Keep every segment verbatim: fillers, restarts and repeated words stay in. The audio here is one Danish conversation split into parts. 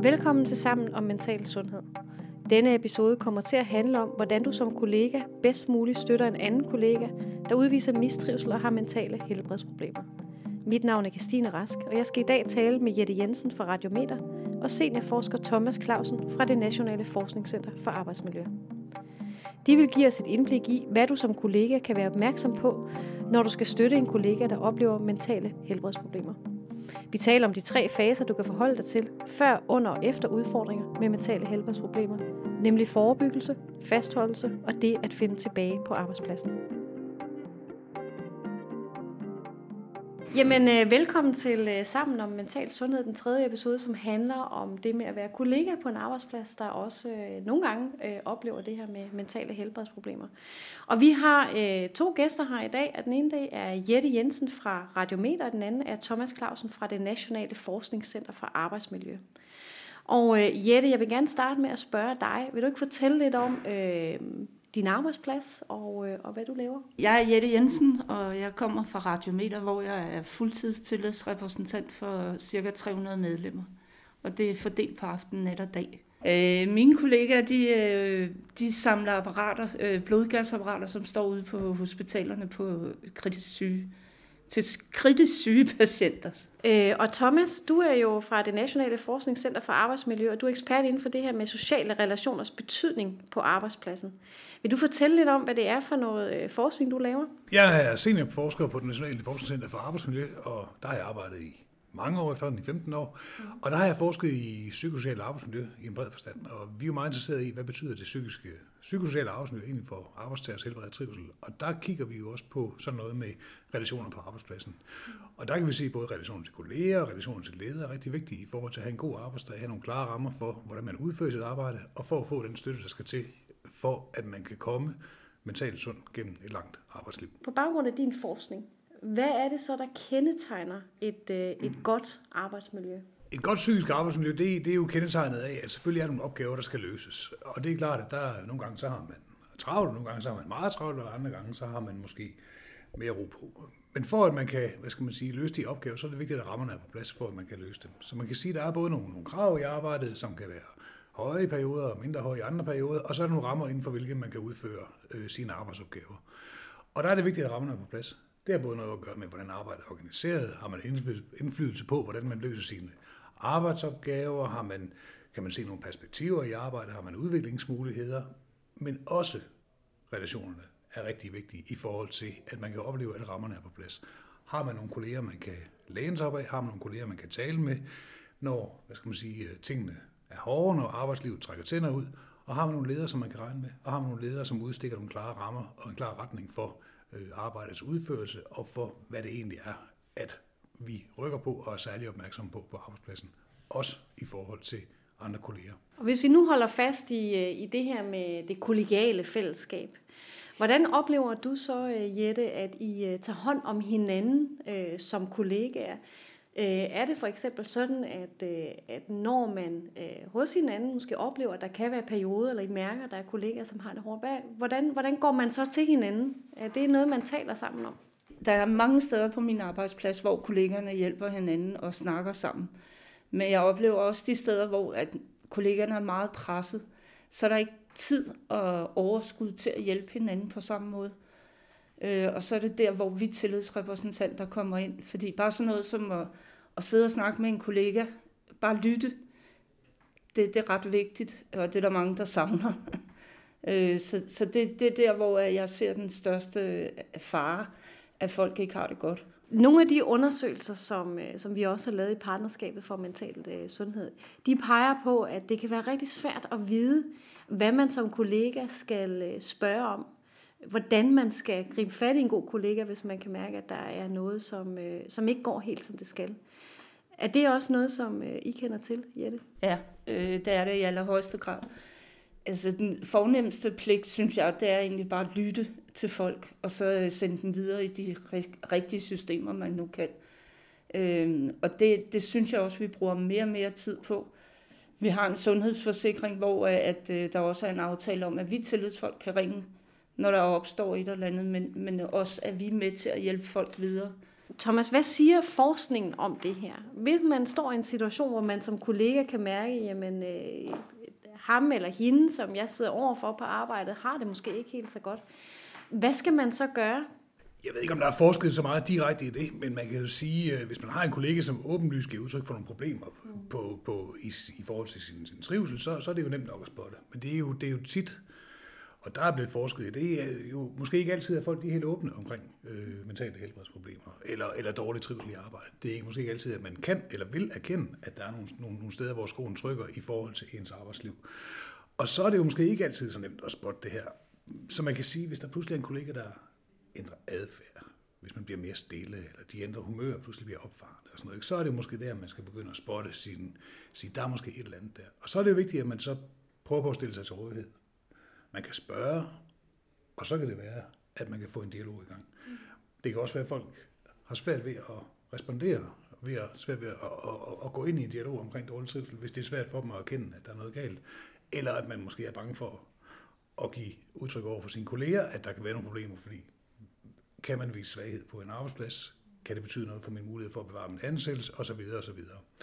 Velkommen til Sammen om Mental Sundhed. Denne episode kommer til at handle om, hvordan du som kollega bedst muligt støtter en anden kollega, der udviser mistrivsel og har mentale helbredsproblemer. Mit navn er Christine Rask, og jeg skal i dag tale med Jette Jensen fra Radiometer og seniorforsker Thomas Clausen fra det Nationale Forskningscenter for Arbejdsmiljø. De vil give os et indblik i, hvad du som kollega kan være opmærksom på, når du skal støtte en kollega, der oplever mentale helbredsproblemer. Vi taler om de tre faser, du kan forholde dig til, før, under og efter udfordringer med mentale helbredsproblemer, nemlig forebyggelse, fastholdelse og det at finde tilbage på arbejdspladsen. Jamen, øh, velkommen til øh, Sammen om Mental Sundhed, den tredje episode, som handler om det med at være kollega på en arbejdsplads, der også øh, nogle gange øh, oplever det her med mentale helbredsproblemer. Og vi har øh, to gæster her i dag, og den ene dag er Jette Jensen fra Radiometer, og den anden er Thomas Clausen fra det Nationale Forskningscenter for Arbejdsmiljø. Og øh, Jette, jeg vil gerne starte med at spørge dig, vil du ikke fortælle lidt om øh, din arbejdsplads og, øh, og hvad du laver? Jeg er Jette Jensen, og jeg kommer fra Radiometer, hvor jeg er fuldtidstillidsrepræsentant for ca. tre hundrede medlemmer. Og det er fordelt på aften, nat og dag. Øh, mine kollegaer, de, øh, de samler apparater, øh, blodgasapparater, som står ude på hospitalerne på kritisk syge, til kritisk syge patienter. Øh, og Thomas, du er jo fra det Nationale Forskningscenter for Arbejdsmiljø, og du er ekspert inden for det her med sociale relationers betydning på arbejdspladsen. Vil du fortælle lidt om, hvad det er for noget øh, forskning, du laver? Jeg er seniorforsker på det Nationale Forskningscenter for Arbejdsmiljø, og der har jeg arbejdet i mange år, efterhånden i femten år, mm. og der har jeg forsket i psykosocialt arbejdsmiljø i en bred forstand, og vi er jo meget interesserede i, hvad betyder det psykiske, psykosociale arbejdsmiljø egentlig for arbejdstagers helbred og trivsel, og der kigger vi jo også på sådan noget med relationer på arbejdspladsen. Mm. Og der kan vi se både relationen til kolleger og relationen til ledere er rigtig vigtige i forhold til at have en god arbejdsdag, have nogle klare rammer for, hvordan man udfører sit arbejde, og for at få den støtte, der skal til, for at man kan komme mentalt sund gennem et langt arbejdsliv. På baggrund af din forskning, hvad er det så, der kendetegner et, øh, et mm. godt arbejdsmiljø? Et godt psykisk arbejdsmiljø, det, det er jo kendetegnet af, at selvfølgelig er der nogle opgaver, der skal løses. Og det er klart, at der nogle gange så har man travlt, nogle gange så har man meget travlt, og andre gange så har man måske mere ro på. Men for at man kan, hvad skal man sige, løse de opgaver, så er det vigtigt, at rammerne er på plads, for at man kan løse dem. Så man kan sige, at der er både nogle, nogle krav i arbejdet, som kan være høje i perioder og mindre høje i andre perioder, og så er der nogle rammer inden for, hvilke man kan udføre øh, sine arbejdsopgaver. Og der er det vigtigt, at rammerne er på plads. Det har både noget at gøre med, hvordan arbejdet er organiseret, har man indflydelse på, hvordan man løser sine arbejdsopgaver, har man, kan man se nogle perspektiver i arbejdet, har man udviklingsmuligheder, men også relationerne er rigtig vigtige i forhold til, at man kan opleve, at rammerne er på plads. Har man nogle kolleger, man kan læne sig op af, har man nogle kolleger, man kan tale med, når, hvad skal man sige, tingene er hårde, når arbejdslivet trækker tænder ud, og har man nogle ledere, som man kan regne med, og har man nogle ledere, som udstikker nogle klare rammer og en klar retning for arbejdets udførelse, og for hvad det egentlig er, at vi rykker på og er særlig opmærksomme på på arbejdspladsen, også i forhold til andre kolleger. Og hvis vi nu holder fast i, i det her med det kollegiale fællesskab, hvordan oplever du så, Jette, at I tager hånd om hinanden øh, som kollegaer? Er det for eksempel sådan, at, at når man øh, hos hinanden måske oplever, at der kan være perioder, eller I mærker, at der er kollegaer, som har det hårdt, hvordan, hvordan går man så til hinanden? Er det noget, man taler sammen om? Der er mange steder på min arbejdsplads, hvor kollegerne hjælper hinanden og snakker sammen. Men jeg oplever også de steder, hvor at kollegerne er meget presset, så er der ikke tid og overskud til at hjælpe hinanden på samme måde. Og så er det der, hvor vi tillidsrepræsentanter kommer ind. Fordi bare sådan noget som at, at sidde og snakke med en kollega, bare lytte, det, det er ret vigtigt, og det er der mange, der savner. Så, så det, det er der, hvor jeg ser den største fare, at folk ikke har det godt. Nogle af de undersøgelser, som, som vi også har lavet i Partnerskabet for Mental Sundhed, de peger på, at det kan være rigtig svært at vide, hvad man som kollega skal spørge om. Hvordan man skal gribe fat i en god kollega, hvis man kan mærke, at der er noget, som, øh, som ikke går helt, som det skal. Er det også noget, som øh, I kender til, Jette? Ja, øh, det er det i allerhøjeste grad. Altså, den fornemmeste pligt, synes jeg, det er egentlig bare at lytte til folk, og så sende dem videre i de rigtige systemer, man nu kan. Øh, og det, det synes jeg også, vi bruger mere og mere tid på. Vi har en sundhedsforsikring, hvor at, at der også er en aftale om, at vi tillidsfolk kan ringe, når der opstår et eller andet, men, men også at vi er med til at hjælpe folk videre Thomas, hvad siger forskningen om det her? Hvis man står i en situation, hvor man som kollega kan mærke, jamen øh, ham eller hende, som jeg sidder overfor på arbejdet, har det måske ikke helt så godt. Hvad skal man så gøre? Jeg ved ikke, om der er forsket så meget direkte i det, men man kan jo sige, hvis man har en kollega, som åbenlyst giver udtryk for nogle problemer mm. på, på, i, i forhold til sin, sin trivsel, så, så er det jo nemt nok at spotte. Men det er jo, det er jo tit, og der er blevet forsket i det, er jo måske ikke altid, at folk de er helt åbne omkring øh, mentale helbredsproblemer, eller, eller dårlig trivsel i arbejde. Det er ikke, måske ikke altid, at man kan eller vil erkende, at der er nogle, nogle, nogle steder, hvor skoen trykker i forhold til ens arbejdsliv. Og så er det jo måske ikke altid så nemt at spotte det her. Så man kan sige, hvis der pludselig er en kollega, der ændrer adfærd, hvis man bliver mere stille, eller de ændrer humør og pludselig bliver opfaret, og sådan noget, så er det måske der, man skal begynde at spotte, sin, sige, der er måske et eller andet der. Og så er det jo vigtigt, at man så prøver på at stille sig til rådighed. Man kan spørge, og så kan det være, at man kan få en dialog i gang. Det kan også være, at folk har svært ved at respondere, ved at, svært ved at, at, at, at gå ind i en dialog omkring dårlig trivsel, hvis det er svært for dem at erkende, at der er noget galt, eller at man måske er bange for at give udtryk over for sine kolleger, at der kan være nogle problemer, fordi kan man vise svaghed på en arbejdsplads, kan det betyde noget for min mulighed for at bevare min ansættelse, osv. osv.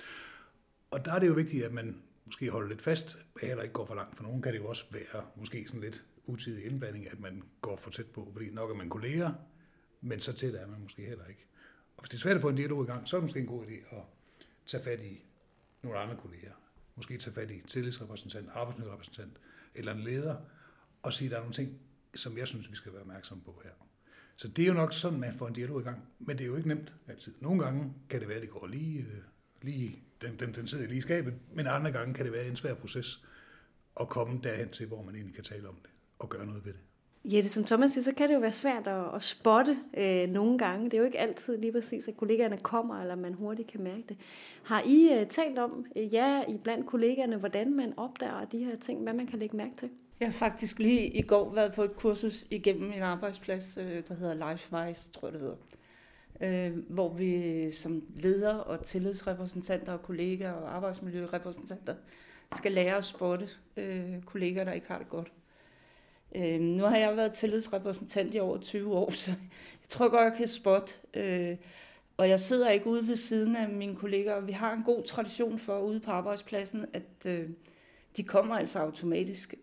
Og der er det jo vigtigt, at man måske holder lidt fast, eller ikke går for langt. For nogen kan det jo også være måske sådan lidt utidig indblanding, at man går for tæt på, fordi nok er man kolleger, men så tæt er man måske heller ikke. Og hvis det er svært at få en dialog i gang, så er det måske en god idé at tage fat i nogle andre kolleger. Måske tage fat i tillidsrepræsentant, arbejdsmiljørepræsentant eller en leder, og sige, at der er nogle ting, som jeg synes, vi skal være opmærksomme på her. Så det er jo nok sådan, man får en dialog i gang, men det er jo ikke nemt altid. Nogle gange kan det være, at det går lige, lige den, den, den sidder lige i skabet, men andre gange kan det være en svær proces at komme derhen til, hvor man egentlig kan tale om det og gøre noget ved det. Ja, det som Thomas siger, så kan det jo være svært at, at spotte øh, nogle gange. Det er jo ikke altid lige præcis, at kollegaerne kommer, eller man hurtigt kan mærke det. Har I øh, talt om, øh, ja, i blandt kollegaerne, hvordan man opdager de her ting, hvad man kan lægge mærke til? Jeg har faktisk lige i går været på et kursus igennem en arbejdsplads, der hedder LifeWise, tror jeg det hedder. Hvor vi som leder og tillidsrepræsentanter og kollegaer og arbejdsmiljørepræsentanter skal lære at spotte kollegaer, der ikke har det godt. Nu har jeg været tillidsrepræsentant i over tyve år, så jeg tror godt, jeg kan spotte. Og jeg sidder ikke ude ved siden af mine kollegaer. Vi har en god tradition for ude på arbejdspladsen, at de kommer altså automatisk.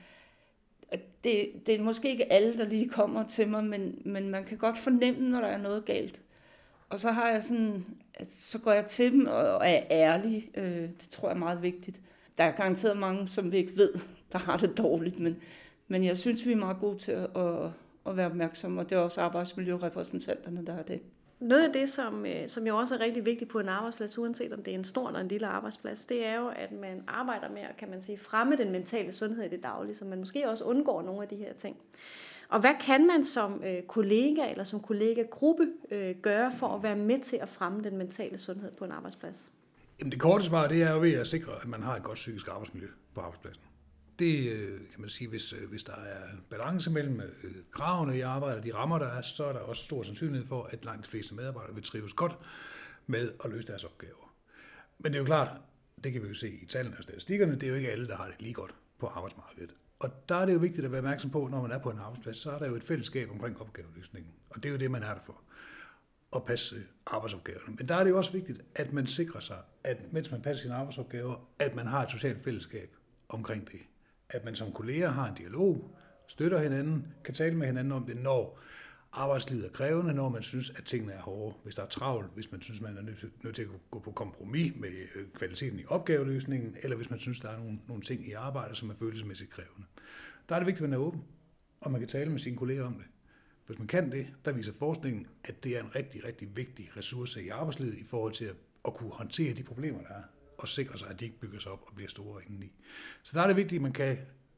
Det, det er måske ikke alle, der lige kommer til mig, men, men man kan godt fornemme, når der er noget galt. Og så har jeg sådan, så går jeg til dem og er ærlig. Det tror jeg er meget vigtigt. Der er garanteret mange, som vi ikke ved, der har det dårligt, men, men jeg synes, vi er meget gode til at, at, at være opmærksomme, og det er også arbejdsmiljørepræsentanterne, der er det. Noget af det, som, som jo også er rigtig vigtigt på en arbejdsplads, uanset om det er en stor eller en lille arbejdsplads, det er jo, at man arbejder med at, kan man sige, fremme den mentale sundhed i det daglige, så man måske også undgår nogle af de her ting. Og hvad kan man som øh, kollega eller som kollegagruppe øh, gøre for at være med til at fremme den mentale sundhed på en arbejdsplads? Jamen det korte svar, det er jo ved at sikre, at man har et godt psykisk arbejdsmiljø på arbejdspladsen. Det kan man sige, hvis, hvis der er balance mellem kravene i arbejdet og de rammer, der er, så er der også stor sandsynlighed for, at langt de fleste medarbejdere vil trives godt med at løse deres opgaver. Men det er jo klart, det kan vi jo se i tallene og statistikkerne, det er jo ikke alle, der har det lige godt på arbejdsmarkedet. Og der er det jo vigtigt at være opmærksom på, når man er på en arbejdsplads, så er der jo et fællesskab omkring opgaveløsningen. Og det er jo det, man er der for, at passe arbejdsopgaverne. Men der er det jo også vigtigt, at man sikrer sig, at mens man passer sine arbejdsopgaver, at man har et socialt fællesskab omkring det. At man som kolleger har en dialog, støtter hinanden, kan tale med hinanden om det, når arbejdslivet er krævende, når man synes, at tingene er hårde, hvis der er travlt, hvis man synes, man er nødt til at gå på kompromis med kvaliteten i opgaveløsningen, eller hvis man synes, der er nogle, nogle ting i arbejdet, som er følelsesmæssigt krævende. Der er det vigtigt, at man er åben, og man kan tale med sine kolleger om det. Hvis man kan det, der viser forskningen, at det er en rigtig, rigtig vigtig ressource i arbejdslivet i forhold til at, at kunne håndtere de problemer, der er, og sikre sig, at de ikke bygger sig op og bliver store indeni. Så der er det vigtigt, at man kan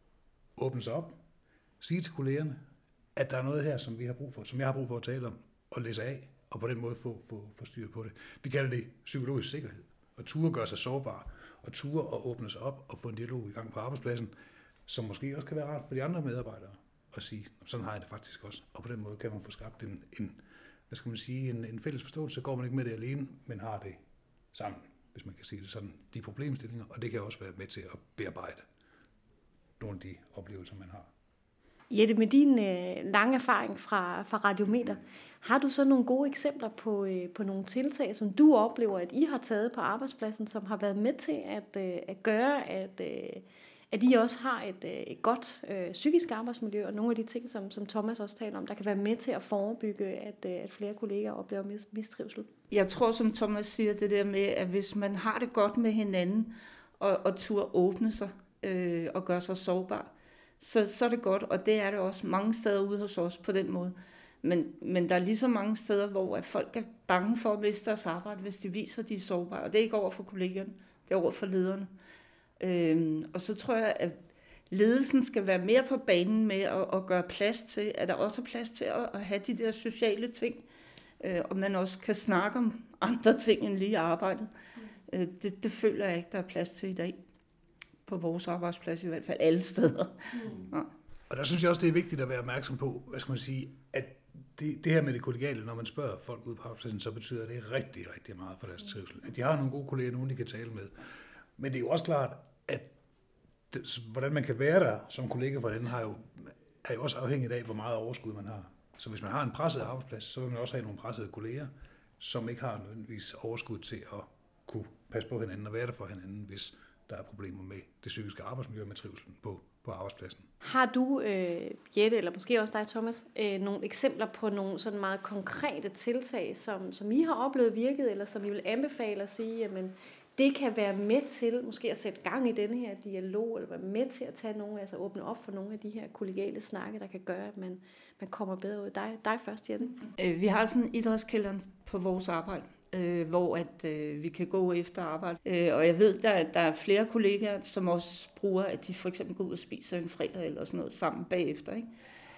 åbne sig op, sige til kollegerne, at der er noget her, som vi har brug for, som jeg har brug for at tale om, og læse af, og på den måde få, få, få styr på det. Vi kalder det psykologisk sikkerhed, og ture gøre sig sårbare, og ture og åbne sig op og få en dialog i gang på arbejdspladsen, som måske også kan være rart for de andre medarbejdere at sige, sådan har jeg det faktisk også, og på den måde kan man få skabt en, en hvad skal man sige, en, en fælles forståelse, så går man ikke med det alene, men har det sammen, hvis man kan sige det sådan, de problemstillinger, og det kan også være med til at bearbejde nogle af de oplevelser, man har. Jette, med din øh, lange erfaring fra, fra Radiometer, har du så nogle gode eksempler på, øh, på nogle tiltag, som du oplever, at I har taget på arbejdspladsen, som har været med til at, øh, at gøre, at, øh, at I også har et, øh, et godt øh, psykisk arbejdsmiljø, og nogle af de ting, som, som Thomas også taler om, der kan være med til at forebygge, at, øh, at flere kolleger oplever mis- mistrivsel? Jeg tror, som Thomas siger, det der med, at hvis man har det godt med hinanden, og, og turde åbne sig øh, og gøre sig sårbar, så, så er det godt, og det er det også mange steder ude hos os på den måde. Men, men der er lige så mange steder, hvor at folk er bange for at miste deres arbejde, hvis de viser, at de er sårbare. Og det er ikke over for kollegerne, det er over for lederne. Øhm, og så tror jeg, at ledelsen skal være mere på banen med at, at gøre plads til, at der også er plads til at, at have de der sociale ting, øh, og man også kan snakke om andre ting end lige arbejdet. Mm. Øh, det, det føler jeg ikke, der er plads til i dag. På vores arbejdsplads i hvert fald, alle steder. Mm. Ja. Og der synes jeg også, det er vigtigt at være opmærksom på, hvad skal man sige, at det, det her med det kollegiale, når man spørger folk ude på arbejdspladsen, så betyder det rigtig, rigtig meget for deres trivsel. At de har nogle gode kolleger, nogen de kan tale med. Men det er jo også klart, at det, hvordan man kan være der som kollega for den, har jo, er jo også afhængigt af, hvor meget overskud man har. Så hvis man har en presset arbejdsplads, så vil man også have nogle pressede kolleger, som ikke har nødvendigvis overskud til at kunne passe på hinanden og være der for hinanden, hvis der er problemer med det psykiske arbejdsmiljø og med trivselen på, på arbejdspladsen. Har du, øh, Jette, eller måske også dig, Thomas, øh, nogle eksempler på nogle sådan meget konkrete tiltag, som, som I har oplevet virket, eller som I vil anbefale at sige, jamen, det kan være med til måske at sætte gang i denne her dialog, eller være med til at tage nogle, altså åbne op for nogle af de her kollegiale snakke, der kan gøre, at man, man kommer bedre ud. Dig, dig først, Jette. Vi har sådan en idrætskælder på vores arbejde, øh, hvor at, øh, vi kan gå efter arbejde. Øh, og jeg ved, der, der er flere kollegaer, som også bruger, at de for eksempel går ud og spiser en fredag eller sådan noget sammen bagefter, ikke?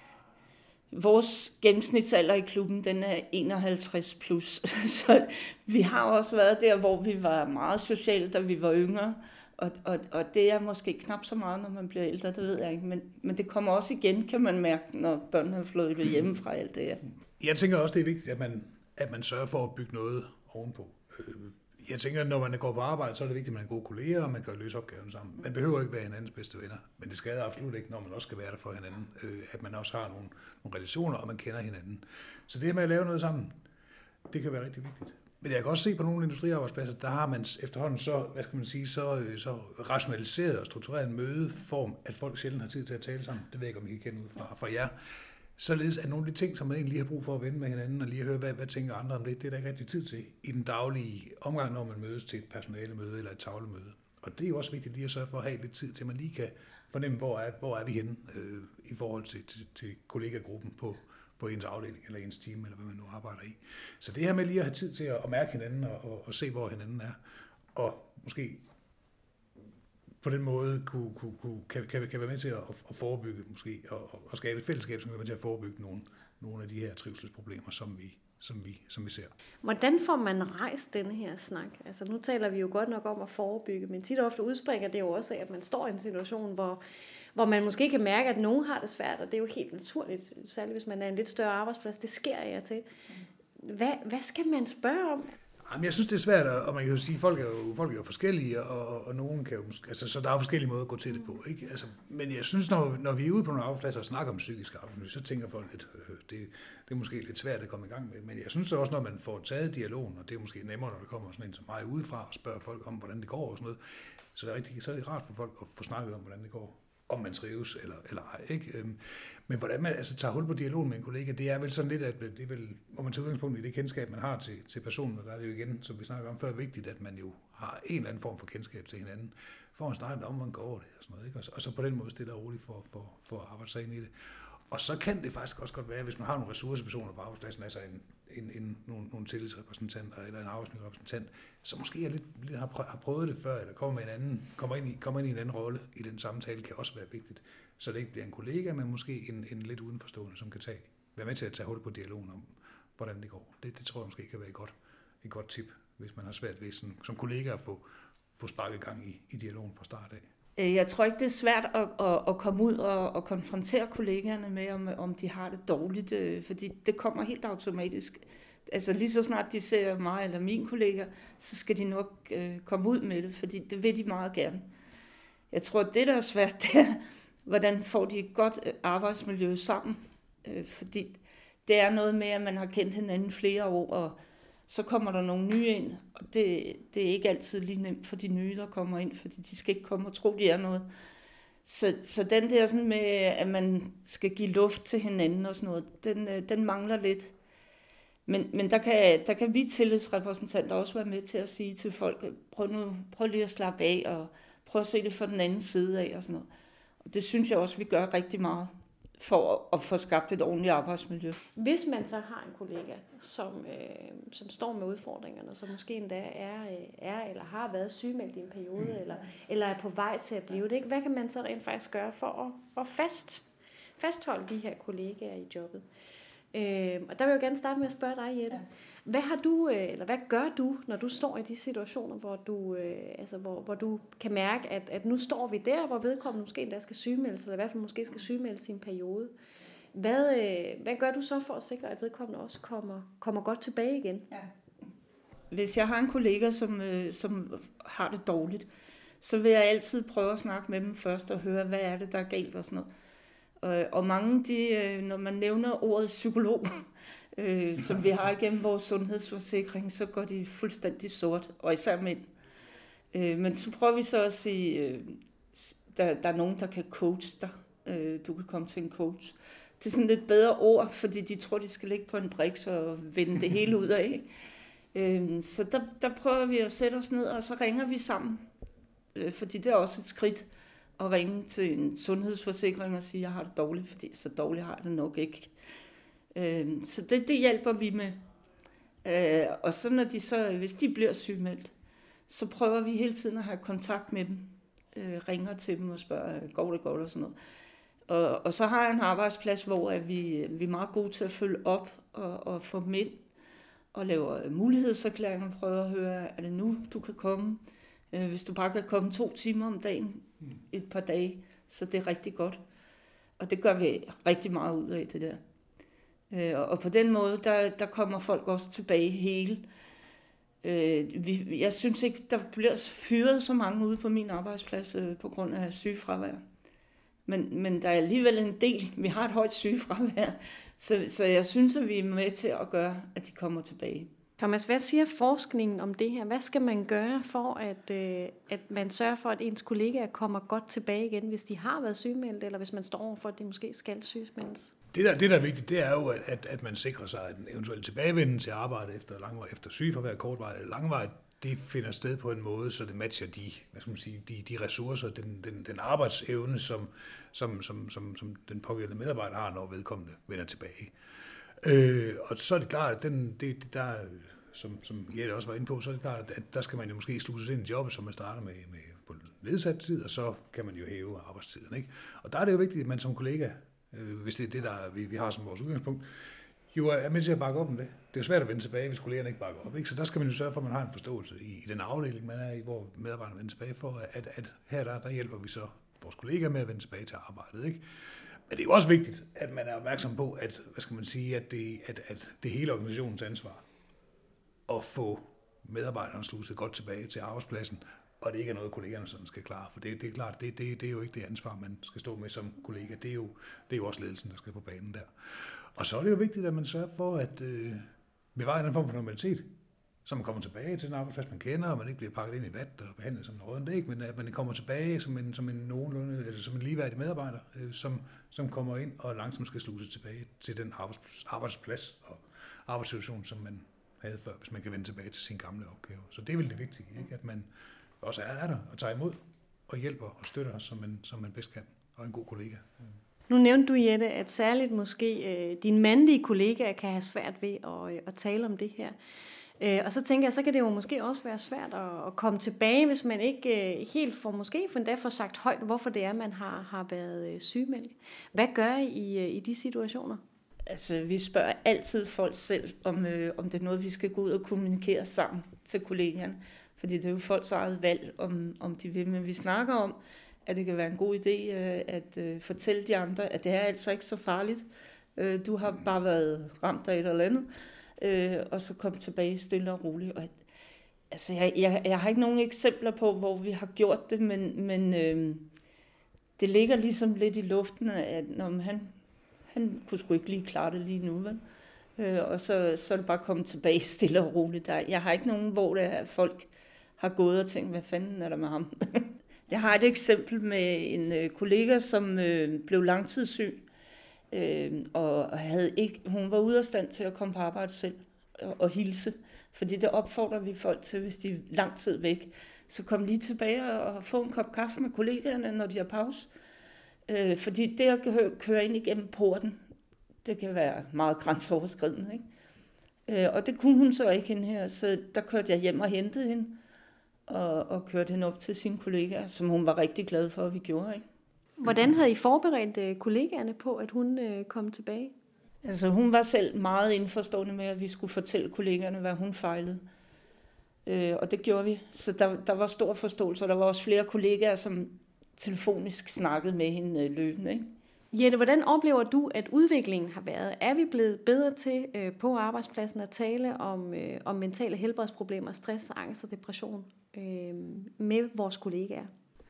Vores gennemsnitsalder i klubben, den er enoghalvtreds plus, så vi har også været der, hvor vi var meget sociale, da vi var yngre, og, og, og det er måske knap så meget, når man bliver ældre, det ved jeg ikke, men, men det kommer også igen, kan man mærke, når børnene har flyttet hjemmefra alt det her. Jeg tænker også, det er vigtigt, at man, at man sørger for at bygge noget ovenpå. Jeg tænker, at når man går på arbejde, så er det vigtigt, at man er gode kolleger, og man kan løse opgaven sammen. Man behøver ikke være hinandens bedste venner, men det skader absolut ikke, når man også skal være der for hinanden, at man også har nogle, nogle relationer, og man kender hinanden. Så det med at lave noget sammen, det kan være rigtig vigtigt. Men jeg kan også se på nogle industriarbejdspladser, der har man efterhånden så, hvad skal man sige, så, så rationaliseret og struktureret en mødeform, at folk sjældent har tid til at tale sammen. Det ved jeg ikke, om I kan kende ud fra, fra jer. Således at nogle af de ting, som man egentlig lige har brug for at vende med hinanden, og lige høre, hvad, hvad tænker andre om det, det er der ikke rigtig tid til i den daglige omgang, når man mødes til et personalemøde eller et tavlemøde. Og det er jo også vigtigt lige at sørge for at have lidt tid til, at man lige kan fornemme, hvor er, hvor er vi henne øh, i forhold til, til, til kollegagruppen på, på ens afdeling eller ens team, eller hvad man nu arbejder i. Så det her med lige at have tid til at, at mærke hinanden og, og, og se, hvor hinanden er, og måske på den måde kunne, kunne, kunne, kan, kan, kan være med til at, at forebygge måske, og, og skabe et fællesskab, som kan være med til at forebygge nogle, nogle af de her trivselsproblemer, som vi, som, vi, som vi ser. Hvordan får man rejst denne her snak? Altså nu taler vi jo godt nok om at forebygge, men tit og ofte udspringer det jo også af, at man står i en situation, hvor, hvor man måske kan mærke, at nogen har det svært, og det er jo helt naturligt, særligt hvis man er en lidt større arbejdsplads, det sker jeg til. Hvad, hvad skal man spørge om? Jamen, jeg synes, det er svært, og man kan jo sige, at folk er jo, folk er jo forskellige, og, og nogen kan jo, altså, så der er forskellige måder at gå til det på, ikke? Altså, men jeg synes, når, når vi er ude på nogle arbejdspladser og snakker om psykisk arbejdsmiljø, så tænker folk lidt, øh, det, det er måske lidt svært at komme i gang med, men jeg synes også, når man får taget dialogen, og det er måske nemmere, når der kommer sådan en som mig udefra og spørger folk om, hvordan det går og sådan noget, så er det, rigtig, så er det rart for folk at få snakket om, hvordan det går, om man trives eller, eller ej, ikke? Men hvordan man altså tager hul på dialogen med en kollega, det er vel sådan lidt, at det er vel, hvor man tager udgangspunkt i det kendskab, man har til, til personen, og der er det jo igen, som vi snakker om før, vigtigt, at man jo har en eller anden form for kendskab til hinanden, for at snakke om, hvordan går det, og sådan noget, ikke? Og, så, og så på den måde stille og roligt for, for, for at arbejde sig ind i det. Og så kan det faktisk også godt være, hvis man har nogle ressourcepersoner på arbejdspladsen, altså en, en, en, nogle, nogle tillidsrepræsentanter eller en arbejdsmiljørepræsentant, så måske er lidt, lidt har, har prøvet det før, eller kommer, med en anden, kommer, ind i, kommer ind i en anden rolle i den samtale, kan også være vigtigt. Så det ikke bliver en kollega, men måske en, en lidt udenforstående, som kan tage, være med til at tage hul på dialogen om, hvordan det går. Det, det tror jeg måske kan være et godt, et godt tip, hvis man har svært ved sådan, som kollega at få, få sparket gang i, i dialogen fra start af. Jeg tror ikke, det er svært at, at, at komme ud og, og konfrontere kollegaerne med, om, om de har det dårligt, fordi det kommer helt automatisk. Altså lige så snart de ser mig eller mine kolleger, så skal de nok øh, komme ud med det, fordi det vil de meget gerne. Jeg tror, at det, der er svært, det er hvordan får de et godt arbejdsmiljø sammen. Øh, fordi det er noget med, at man har kendt hinanden flere år, og så kommer der nogle nye ind, og det, det er ikke altid lige nemt for de nye, der kommer ind, fordi de skal ikke komme og tro, de er noget. Så, så den der sådan med, at man skal give luft til hinanden og sådan noget, den, den mangler lidt. Men, men der, kan, der kan vi tillidsrepræsentanter også være med til at sige til folk, prøv nu prøv lige at slappe af, og prøv at se det fra den anden side af og sådan noget. Og det synes jeg også, vi gør rigtig meget for at få skabt et ordentligt arbejdsmiljø. Hvis man så har en kollega, som, øh, som står med udfordringerne, som måske endda er, er eller har været sygemeldt i en periode, mm. eller, eller er på vej til at blive det, ikke? Hvad kan man så rent faktisk gøre for at, at fast, fastholde de her kollegaer i jobbet? Øh, og der vil jeg jo gerne starte med at spørge dig, Jette. Ja. Hvad har du, eller hvad gør du, når du står i de situationer, hvor du, øh, altså, hvor, hvor du kan mærke, at, at nu står vi der, hvor vedkommende måske endda skal sygemeldes, eller i hvert fald måske skal sygemeldes i en periode. Hvad, øh, hvad gør du så for at sikre, at vedkommende også kommer, kommer godt tilbage igen? Ja. Hvis jeg har en kollega, som, øh, som har det dårligt, så vil jeg altid prøve at snakke med dem først og høre, hvad er det, der er galt og sådan noget. Og, og mange, de, når man nævner ordet psykolog, øh, som vi har igennem vores sundhedsforsikring, så går de fuldstændig sort, og især mænd. Øh, men så prøver vi så at sige, øh, der, der er nogen, der kan coache dig. Øh, du kan komme til en coach. Det er sådan lidt bedre ord, fordi de tror, de skal ligge på en briks og vende det hele ud af. Øh, så der, der prøver vi at sætte os ned, og så ringer vi sammen. Øh, fordi det er også et skridt at ringe til en sundhedsforsikring og sige, at jeg har det dårligt, fordi så dårligt har jeg det nok ikke. Så det, det hjælper vi med. Og så når de så, hvis de bliver sygemeldt, så prøver vi hele tiden at have kontakt med dem. Ringer til dem og spørger, går det godt og sådan noget. Og, og så har jeg en arbejdsplads, hvor vi, vi er meget gode til at følge op og, og få dem ind og lave mulighedserklæringer, prøver at høre, er det nu, du kan komme? Hvis du bare kan komme to timer om dagen, et par dage, så det er rigtig godt. Og det gør vi rigtig meget ud af, det der. Og på den måde, der, der kommer folk også tilbage hele. Jeg synes ikke, der bliver fyret så mange ude på min arbejdsplads på grund af sygefravær. Men, men der er alligevel en del. Vi har et højt sygefravær, så, så jeg synes, at vi er med til at gøre, at de kommer tilbage. Thomas, hvad siger forskningen om det her? Hvad skal man gøre for, at, øh, at man sørger for, at ens kollegaer kommer godt tilbage igen, hvis de har været sygemeldt, eller hvis man står over for, at de måske skal sygemeldes? Det der, det, der er vigtigt, det er jo, at, at man sikrer sig, at en eventuel tilbagevenden til arbejde efter, langvej, efter sygefravær, kortvarigt eller langvarigt, det finder sted på en måde, så det matcher de, hvad skal man sige, de, de ressourcer, den, den, den arbejdsevne, som, som, som, som, som den pågældende medarbejder har, når vedkommende vender tilbage. Øh, og så er det klart, at den, det, det der, som, som Jette også var inde på, så er det klart, at der skal man jo måske sluses ind i jobbet, så man starter med, med på ledsat tid, og så kan man jo hæve arbejdstiden. Ikke? Og der er det jo vigtigt, at man som kollega, øh, hvis det er det, der vi, vi har som vores udgangspunkt, jo er med til at bakke op om det. Det er jo svært at vende tilbage, hvis kollegerne ikke bakker op. Ikke? Så der skal man jo sørge for, at man har en forståelse i, i den afdeling, man er i, hvor medarbejderne vender tilbage for, at, at her der, der hjælper vi så vores kollegaer med at vende tilbage til arbejdet. Ikke? Men det er jo også vigtigt, at man er opmærksom på, at, hvad skal man sige, at det, at, at det er hele organisationens ansvar at få medarbejderne sluset godt tilbage til arbejdspladsen, og det ikke er noget, kollegerne sådan skal klare. For det, det er klart, det, det, det er jo ikke det ansvar, man skal stå med som kollega. Det er jo, det er jo også ledelsen, der skal på banen der. Og så er det jo vigtigt, at man sørger for at øh, bevare den form for normalitet, så man kommer tilbage til den arbejdsplads, man kender, og man ikke bliver pakket ind i vat og behandlet som en rådden dæk, men at man kommer tilbage som en, som en nogenlunde, altså som en ligeværdig medarbejder, øh, som, som kommer ind og langsomt skal sluse tilbage til den arbejdsplads, arbejdsplads og arbejdssituation, som man havde før, hvis man kan vende tilbage til sine gamle opgaver. Så det er vel det vigtige, ikke? At man også er, er der og tager imod og hjælper og støtter, som man, som man bedst kan, og en god kollega. Nu nævnte du, Jette, at særligt måske øh, dine mandlige kollegaer kan have svært ved at, øh, at tale om det her. Øh, og så tænker jeg, så kan det jo måske også være svært at, at komme tilbage, hvis man ikke øh, helt får, måske for endda får sagt højt, hvorfor det er, man har, har været øh, sygemeldt. Hvad gør I i, øh, i de situationer? Altså, vi spørger altid folk selv, om, øh, om det er noget, vi skal gå ud og kommunikere sammen til kollegaerne. Fordi det er jo folks eget valg, om, om de vil. Men vi snakker om, at det kan være en god idé øh, at øh, fortælle de andre, at det er altså ikke så farligt. Øh, du har bare været ramt af et eller andet, øh, og så kom tilbage stille og roligt. Og, altså, jeg, jeg, jeg har ikke nogen eksempler på, hvor vi har gjort det, men, men øh, det ligger ligesom lidt i luften, at når han, han kunne sgu ikke lige klare det lige nu, vel? Øh, og så, så er det bare kommet tilbage stille og roligt. Der, jeg har ikke nogen, hvor det er, folk har gået og tænkt, hvad fanden er der med ham? Jeg har et eksempel med en øh, kollega, som øh, blev langtidssyg, øh, og havde ikke, hun var ude af stand til at komme på arbejde selv og, og hilse, fordi det opfordrer vi folk til, hvis de er lang tid væk. Så kom lige tilbage og få en kop kaffe med kollegaerne, når de har pause. Øh, fordi det at køre ind igennem porten, det kan være meget grænseoverskridende, ikke? Øh, og det kunne hun så ikke hende her, så der kørte jeg hjem og hentede hende, og, og kørte hende op til sine kollegaer, som hun var rigtig glad for, at vi gjorde, ikke? Hvordan havde I forberedt kollegaerne på, at hun øh, kom tilbage? Altså hun var selv meget indforstående med, at vi skulle fortælle kollegaerne, hvad hun fejlede. Øh, og det gjorde vi. Så der, der var stor forståelse, og der var også flere kollegaer, som telefonisk snakkede med hende øh, løbende, ikke? Jette, hvordan oplever du, at udviklingen har været? Er vi blevet bedre til øh, på arbejdspladsen at tale om, øh, om mentale helbredsproblemer, stress, angst og depression øh, med vores kollegaer?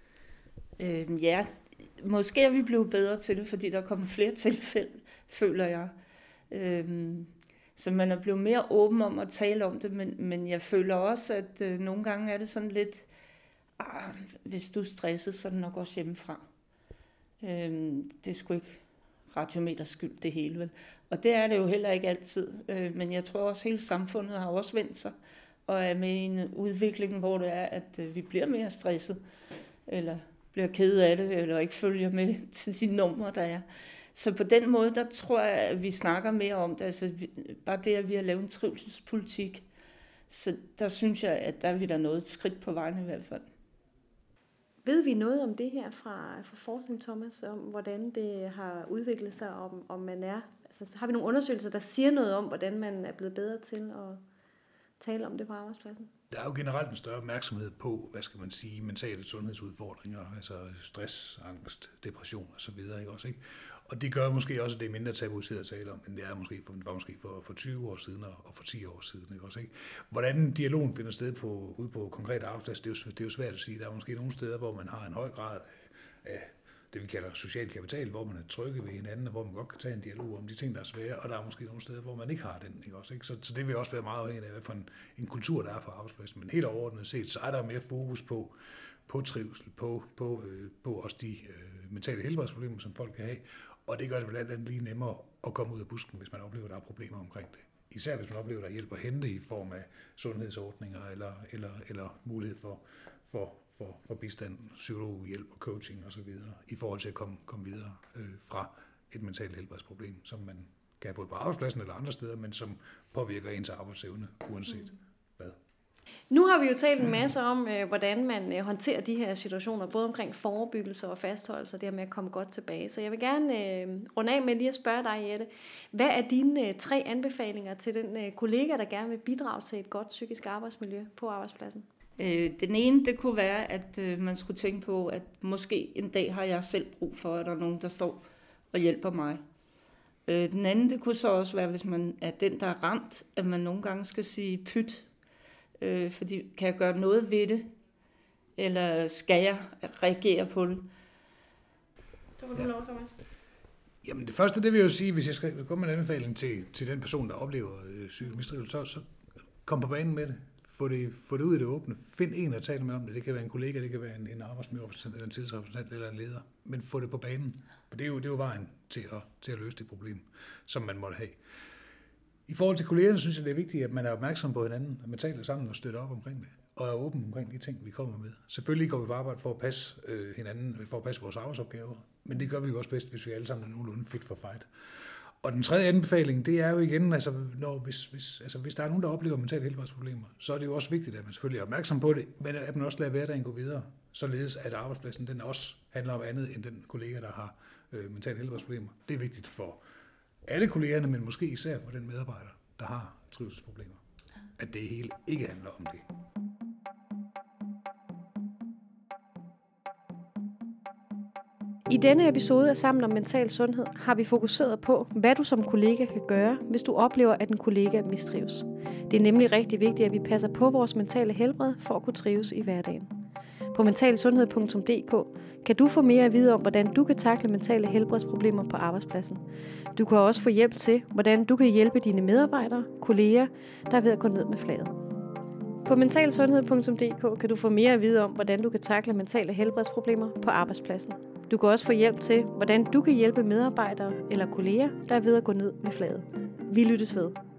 Øh, ja, måske er vi blevet bedre til det, fordi der er kommet flere tilfælde, føler jeg. Øh, så man er blevet mere åben om at tale om det, men, men jeg føler også, at øh, nogle gange er det sådan lidt, ah, hvis du er stresset, så er det nok også hjemmefra. Øhm, det er sgu ikke radiometers skyld, det hele, vel? Og det er det jo heller ikke altid. Øh, men jeg tror også, at hele samfundet har også vendt sig, og er med i en udvikling, hvor det er, at øh, vi bliver mere stresset, eller bliver ked af det, eller ikke følger med til de numre, der er. Så på den måde, der tror jeg, at vi snakker mere om det. Altså, vi, bare det, at vi har lavet en trivselspolitik, så der synes jeg, at der er vi da nået et skridt på vejen i hvert fald. Ved vi noget om det her fra, fra forskning, Thomas, om hvordan det har udviklet sig, om, om man er, altså har vi nogle undersøgelser, der siger noget om, hvordan man er blevet bedre til at tale om det på arbejdspladsen? Der er jo generelt en større opmærksomhed på, hvad skal man sige, mentale sundhedsudfordringer, altså stress, angst, depression og så videre, ikke også, ikke? Og det gør måske også, at det er mindre tabuiseret at tale om, end det er måske for, var måske for, for tyve år siden og for ti år siden, ikke også, ikke? Hvordan dialogen finder sted på, ude på konkrete arbejdspladser, det er, jo, det er jo svært at sige. Der er måske nogle steder, hvor man har en høj grad af, af det, vi kalder social kapital, hvor man er trygge ved hinanden, og hvor man godt kan tage en dialog om de ting, der er svære, og der er måske nogle steder, hvor man ikke har den, ikke også, ikke? Så, så det vil også være meget afhængigt af, hvad for en, en kultur, der er på arbejdspladsen. Men helt overordnet set, så er der mere fokus på, på trivsel, på, på, øh, på også de øh, mentale helbredsproblemer, som folk kan have, og det gør det blandt andet lige nemmere at komme ud af busken, hvis man oplever, at der er problemer omkring det. Især hvis man oplever, at der er hjælp at hente i form af sundhedsordninger eller, eller, eller mulighed for, for, for, for bistand, psykologhjælp og coaching osv. i forhold til at komme, komme videre øh, fra et mentalt helbredsproblem, som man kan have fået på arbejdspladsen eller andre steder, men som påvirker ens arbejdsevne, uanset hvad. Nu har vi jo talt en masse om, øh, hvordan man øh, håndterer de her situationer, både omkring forebyggelse og fastholdelse, og det her med at komme godt tilbage. Så jeg vil gerne øh, runde af med lige at spørge dig, Jette. Hvad er dine øh, tre anbefalinger til den øh, kollega, der gerne vil bidrage til et godt psykisk arbejdsmiljø på arbejdspladsen? Øh, den ene, det kunne være, at øh, man skulle tænke på, at måske en dag har jeg selv brug for, at der er nogen, der står og hjælper mig. Øh, den anden, det kunne så også være, hvis man er den, der er ramt, at man nogle gange skal sige pyt. Øh, fordi kan jeg gøre noget ved det, eller skal jeg reagere på det? Så får du lov, Thomas. Jamen det første, det vil jeg jo sige, hvis jeg skal komme med en anbefaling til, til den person, der oplever øh, psykisk mistrivsel, så, så kom på banen med det. Få det, få det ud i det åbne. Find en at tale med om det. Det kan være en kollega, det kan være en, en arbejdsmiljørepræsentant, eller en tillidsrepræsentant, eller en leder. Men få det på banen. For det er jo, det er jo vejen til at, til at løse det problem, som man måtte have. I forhold til kollegerne, synes jeg, det er vigtigt, at man er opmærksom på hinanden, at man taler sammen og støtter op omkring det, og er åben omkring de ting, vi kommer med. Selvfølgelig går vi på arbejde for at passe øh, hinanden, for at passe vores arbejdsopgaver, men det gør vi jo også bedst, hvis vi alle sammen er nogenlunde fit for fight. Og den tredje anbefaling, det er jo igen, altså, når, hvis, hvis, altså, hvis der er nogen, der oplever mentale helbredsproblemer, så er det jo også vigtigt, at man selvfølgelig er opmærksom på det, men at man også lader hverdagen gå videre, således at arbejdspladsen den også handler om andet end den kollega, der har øh, mentale helbredsproblemer. Det er vigtigt for alle kollegerne, men måske især for den medarbejder, der har trivselsproblemer. At det hele ikke handler om det. I denne episode af Sammen om Mental Sundhed har vi fokuseret på, hvad du som kollega kan gøre, hvis du oplever, at en kollega mistrives. Det er nemlig rigtig vigtigt, at vi passer på vores mentale helbred for at kunne trives i hverdagen. På mentalsundhed punktum d k kan du få mere at vide om, hvordan du kan takle mentale helbredsproblemer på arbejdspladsen. Du kan også få hjælp til, hvordan du kan hjælpe dine medarbejdere, kolleger, der er ved at gå ned med flaget. På mentalsundhed punktum d k kan du få mere at vide om, hvordan du kan takle mentale helbredsproblemer på arbejdspladsen. Du kan også få hjælp til, hvordan du kan hjælpe medarbejdere eller kolleger, der er ved at gå ned med flaget. Vi lyttes ved.